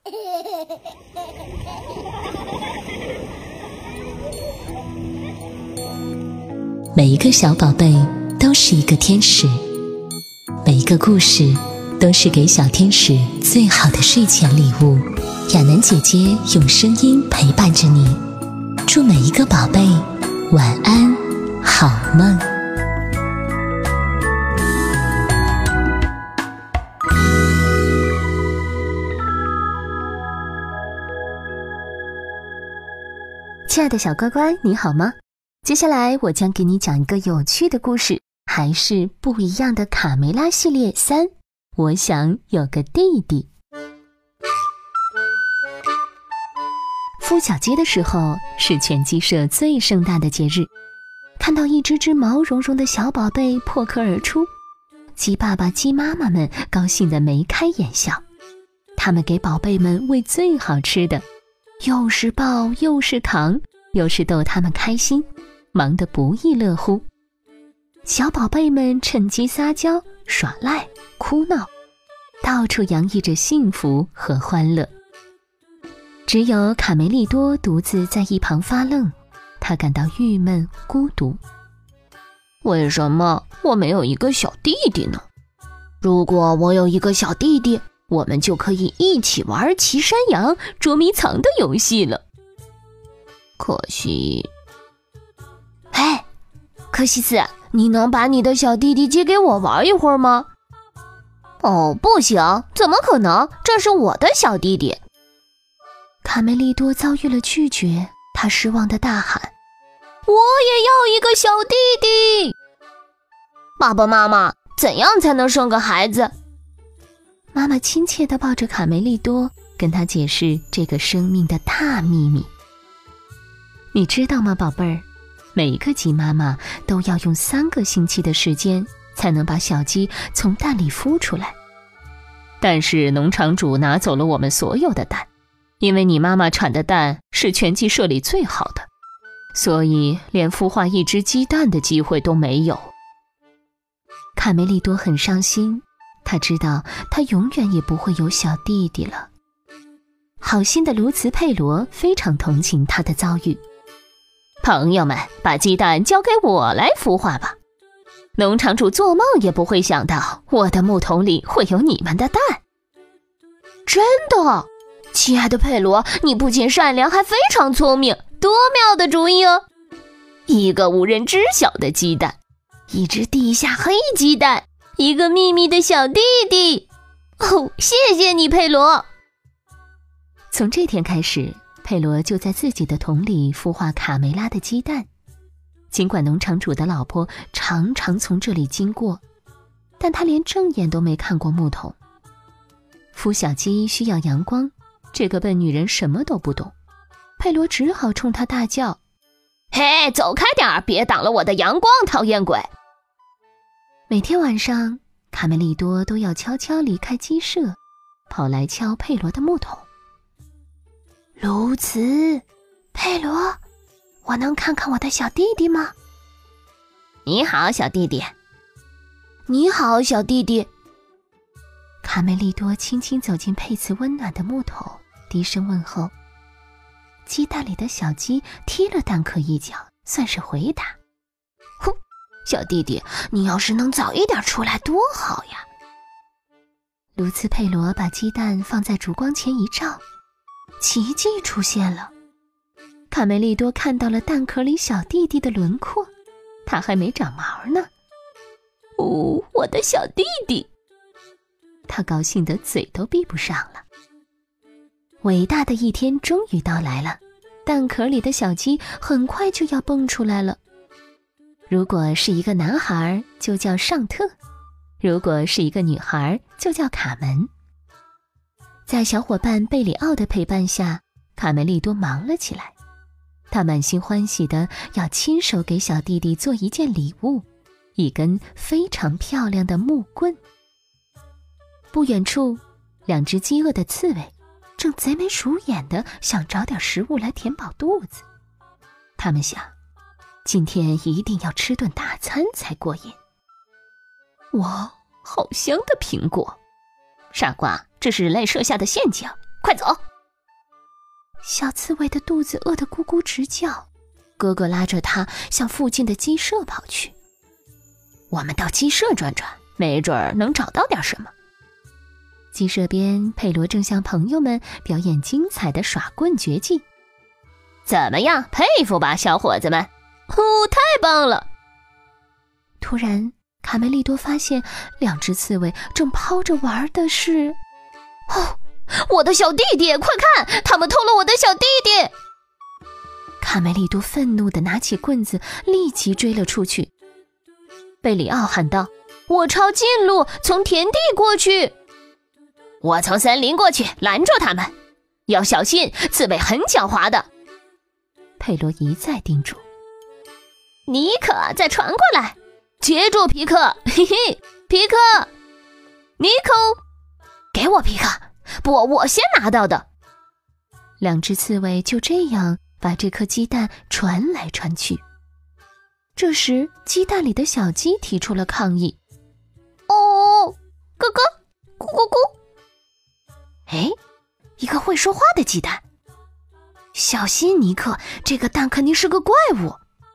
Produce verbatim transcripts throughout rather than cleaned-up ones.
每一个小宝贝都是一个天使，每一个故事都是给小天使最好的睡前礼物。亚楠姐姐用声音陪伴着你，祝每一个宝贝晚安，好梦。亲爱的小乖乖，你好吗？接下来我将给你讲一个有趣的故事，还是不一样的卡梅拉系列三，我想有个弟弟。孵小鸡的时候是全鸡舍最盛大的节日，看到一只只毛茸茸的小宝贝破壳而出，鸡爸爸鸡妈妈们高兴得眉开眼笑，他们给宝贝们喂最好吃的，又是抱又是扛，又是逗他们开心，忙得不亦乐乎。小宝贝们趁机撒娇耍赖哭闹，到处洋溢着幸福和欢乐。只有卡梅利多独自在一旁发愣，他感到郁闷孤独。 为什么我没有一个小弟弟呢？如果我有一个小弟弟，我们就可以一起玩骑山羊、捉迷藏的游戏了。可惜，嘿，柯西斯，你能把你的小弟弟借给我玩一会儿吗？哦，不行，怎么可能？这是我的小弟弟。 卡梅利多遭遇了拒绝，他失望地大喊： 我也要一个小弟弟！爸爸妈妈，怎样才能生个孩子？ 妈妈亲切地抱着卡梅利多，跟他解释这个生命的大秘密。你知道吗，宝贝儿？每一个鸡妈妈都要用三个星期的时间才能把小鸡从蛋里孵出来。但是农场主拿走了我们所有的蛋，因为你妈妈产的蛋是全鸡舍里最好的，所以连孵化一只鸡蛋的机会都没有。卡梅利多很伤心，他知道他永远也不会有小弟弟了。好心的卢茨佩罗非常同情他的遭遇。朋友们，把鸡蛋交给我来孵化吧。农场主做梦也不会想到，我的木桶里会有你们的蛋。 真的？亲爱的佩罗，你不仅善良，还非常聪明，多妙的主意哦！一个无人知晓的鸡蛋，一只地下黑鸡蛋，一个秘密的小弟弟。哦，谢谢你，佩罗。 从这天开始，佩罗就在自己的桶里孵化卡梅拉的鸡蛋。尽管农场主的老婆常常从这里经过，但他连正眼都没看过木桶。孵小鸡需要阳光，这个笨女人什么都不懂，佩罗只好冲她大叫： 嘿，走开点儿，别挡了我的阳光，讨厌鬼！ 每天晚上，卡梅利多都要悄悄离开鸡舍，跑来敲佩罗的木桶。卢茨，佩罗，我能看看我的小弟弟吗？ 你好，小弟弟。你好，小弟弟。 卡梅利多轻轻走进佩茨温暖的木桶，低声问候。鸡蛋里的小鸡踢了蛋壳一脚，算是回答。 哼，小弟弟，你要是能早一点出来多好呀。 卢茨佩罗把鸡蛋放在烛光前一照，奇迹出现了。卡梅利多看到了蛋壳里小弟弟的轮廓，他还没长毛呢。 哦，我的小弟弟！ 他高兴得嘴都闭不上了。伟大的一天终于到来了，蛋壳里的小鸡很快就要蹦出来了。如果是一个男孩，就叫尚特；如果是一个女孩，就叫卡门。在小伙伴贝里奥的陪伴下，卡梅利多忙了起来。他满心欢喜地要亲手给小弟弟做一件礼物，一根非常漂亮的木棍。不远处，两只饥饿的刺猬正贼眉鼠眼地想找点食物来填饱肚子。他们想，今天一定要吃顿大餐才过瘾。哇，好香的苹果！傻瓜，这是人类设下的陷阱，快快走！ 小刺猬的肚子饿得咕咕直叫，哥哥拉着他向附近的鸡舍跑去。 我们到鸡舍转转，没准儿能找到点什么。 鸡舍边，佩罗正向朋友们表演精彩的耍棍绝技。 怎么样，佩服吧，小伙子们！哦，太棒了！ 突然，卡梅利多发现两只刺猬正抛着玩的是…… 哦，我的小弟弟！快看，他们偷了我的小弟弟！ 卡梅利多愤怒地拿起棍子，立即追了出去。贝里奥喊道：“ 我抄近路，从田地过去。”我从森林过去，拦住他们。要小心，刺猬很狡猾的。 佩罗一再叮嘱。 尼克，再传过来，接住皮克！嘿嘿，皮克，尼克，给我皮克！不，我先拿到的。 两只刺猬就这样把这颗鸡蛋传来传去。这时，鸡蛋里的小鸡提出了抗议：“ 哦，哥哥，咕咕咕！” 哎，一个会说话的鸡蛋！小心，尼克，这个蛋肯定是个怪物！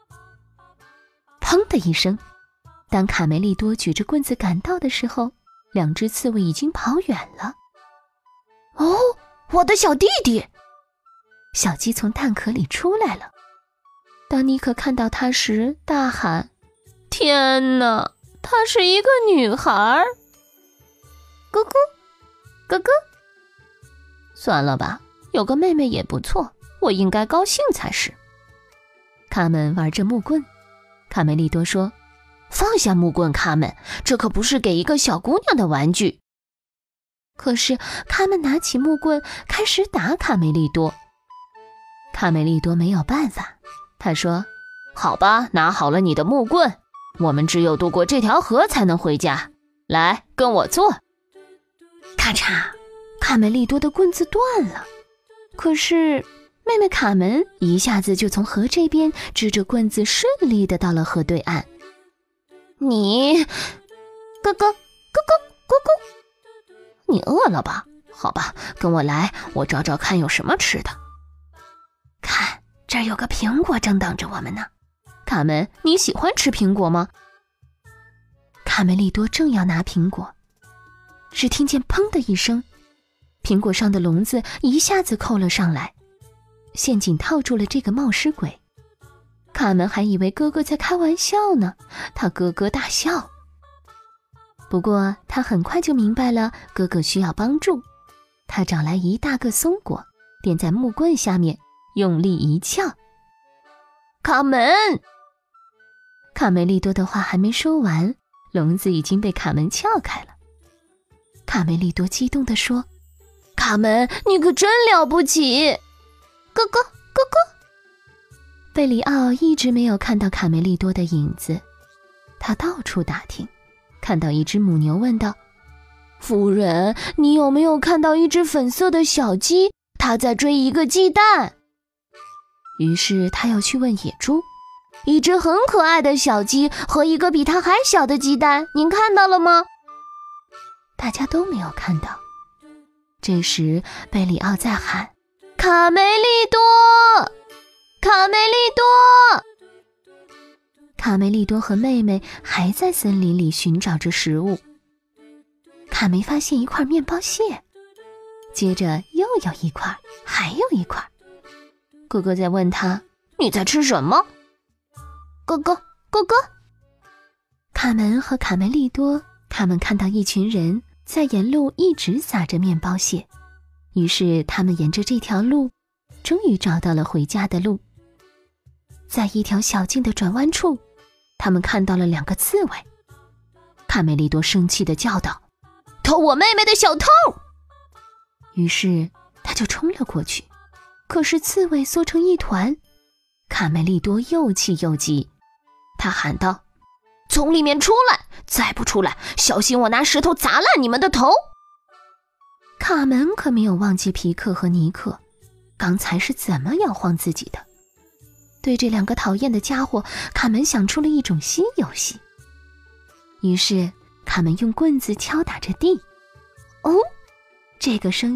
砰的一声，当卡梅利多举着棍子赶到的时候，两只刺猬已经跑远了。 哦，我的小弟弟！ 小鸡从蛋壳里出来了。当尼克看到它时，大喊：“ 天哪，她是一个女孩！” 咕咕，咯咯。算了吧，有个妹妹也不错，我应该高兴才是。卡门玩着木棍，卡梅利多说：“ 放下木棍，卡门，这可不是给一个小姑娘的玩具。” 可是卡门拿起木棍开始打卡梅利多。卡梅利多没有办法，他说：“ 好吧，拿好了你的木棍，我们只有渡过这条河才能回家。来，跟我做。” 咔嚓，卡梅利多的棍子断了。可是妹妹卡门一下子就从河这边支着棍子顺利地到了河对岸。 你， 咯咯咯咯咕咕， 你饿了吧？好吧，跟我来，我找找看有什么吃的。 看，这儿有个苹果正等着我们呢。 卡门，你喜欢吃苹果吗？ 卡梅利多正要拿苹果，只听见砰的一声，苹果上的笼子一下子扣了上来，陷阱套住了这个冒失鬼。卡门还以为哥哥在开玩笑呢，他咯咯大笑。不过他很快就明白了哥哥需要帮助，他找来一大个松果，垫在木棍下面，用力一撬。 卡门！ 卡梅利多的话还没说完，笼子已经被卡门撬开了。卡梅利多激动地说：“ 卡门，你可真了不起！” 咯咯咯咯。贝里奥一直没有看到卡梅利多的影子，他到处打听，看到一只母牛问道：“ 夫人，你有没有看到一只粉色的小鸡？它在追一个鸡蛋。” 于是他要去问野猪：“ 一只很可爱的小鸡和一个比它还小的鸡蛋，您看到了吗？” 大家都没有看到。这时贝里奥在喊：“ 卡梅利多！卡梅利多！” 卡梅利多和妹妹还在森林里寻找着食物。卡梅发现一块面包屑，接着又有一块，还有一块。哥哥在问他：“ 你在吃什么？” 咯咯咯咯。卡门和卡梅利多他们看到一群人在沿路一直撒着面包屑，于是他们沿着这条路终于找到了回家的路。在一条小径的转弯处，他们看到了两个刺猬。卡梅利多生气地叫道：“ 偷我妹妹的小偷！” 于是他就冲了过去，可是刺猬缩成一团。卡梅利多又气又急，他喊道：“ 从里面出来，再不出来，小心我拿石头砸烂你们的头！” 卡门可没有忘记皮克和尼克刚才是怎么摇晃自己的。对这两个讨厌的家伙，卡门想出了一种新游戏。于是卡门用棍子敲打着地，哦，这个声音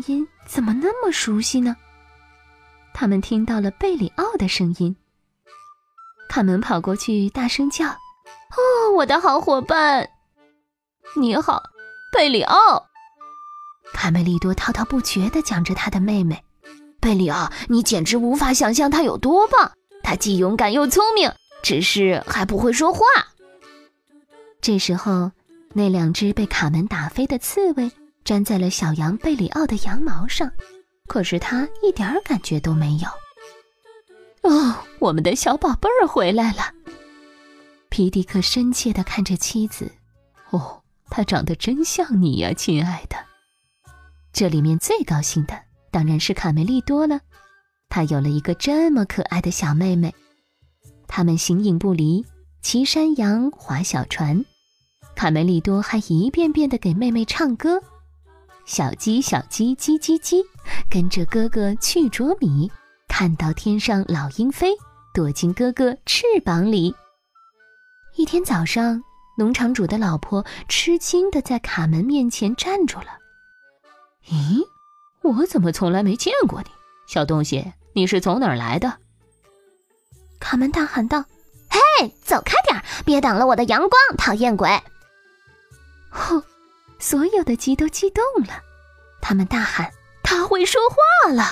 怎么那么熟悉呢？他们听到了贝里奥的声音。卡门跑过去大声叫： 哦，我的好伙伴！你好，贝里奥！ 卡梅利多滔滔不绝地讲着他的妹妹。 贝里奥，你简直无法想象他有多棒！他既勇敢又聪明，只是还不会说话。 这时候，那两只被卡门打飞的刺猬粘在了小羊贝里奥的羊毛上，可是他一点感觉都没有。哦，我们的小宝贝儿回来了！皮迪克深切地看着妻子。哦，他长得真像你呀，亲爱的。这里面最高兴的当然是卡梅利多了，他有了一个这么可爱的小妹妹。他们形影不离，骑山羊，划小船。卡梅利多还一遍遍地给妹妹唱歌：小鸡小鸡叽叽叽，跟着哥哥去捉米，看到天上老鹰飞，躲进哥哥翅膀里。一天早上，农场主的老婆吃惊地在卡门面前站住了。咦，我怎么从来没见过你？小东西，你是从哪儿来的？卡门大喊道： 嘿，走开点，别挡了我的阳光，讨厌鬼！ 哦，所有的鸡都激动了，他们大喊：他会说话了！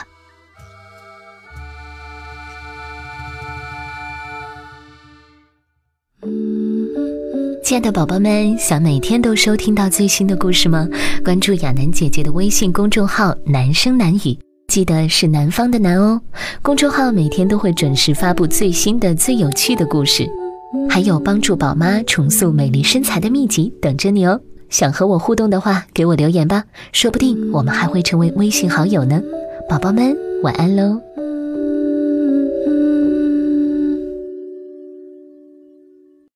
亲爱的宝宝们，想每天都收听到最新的故事吗？关注亚楠姐姐的微信公众号南声南语，记得是南方的南哦。公众号每天都会准时发布最新的最有趣的故事，还有帮助宝妈重塑美丽身材的秘籍等着你哦。想和我互动的话，给我留言吧，说不定我们还会成为微信好友呢。宝宝们晚安喽。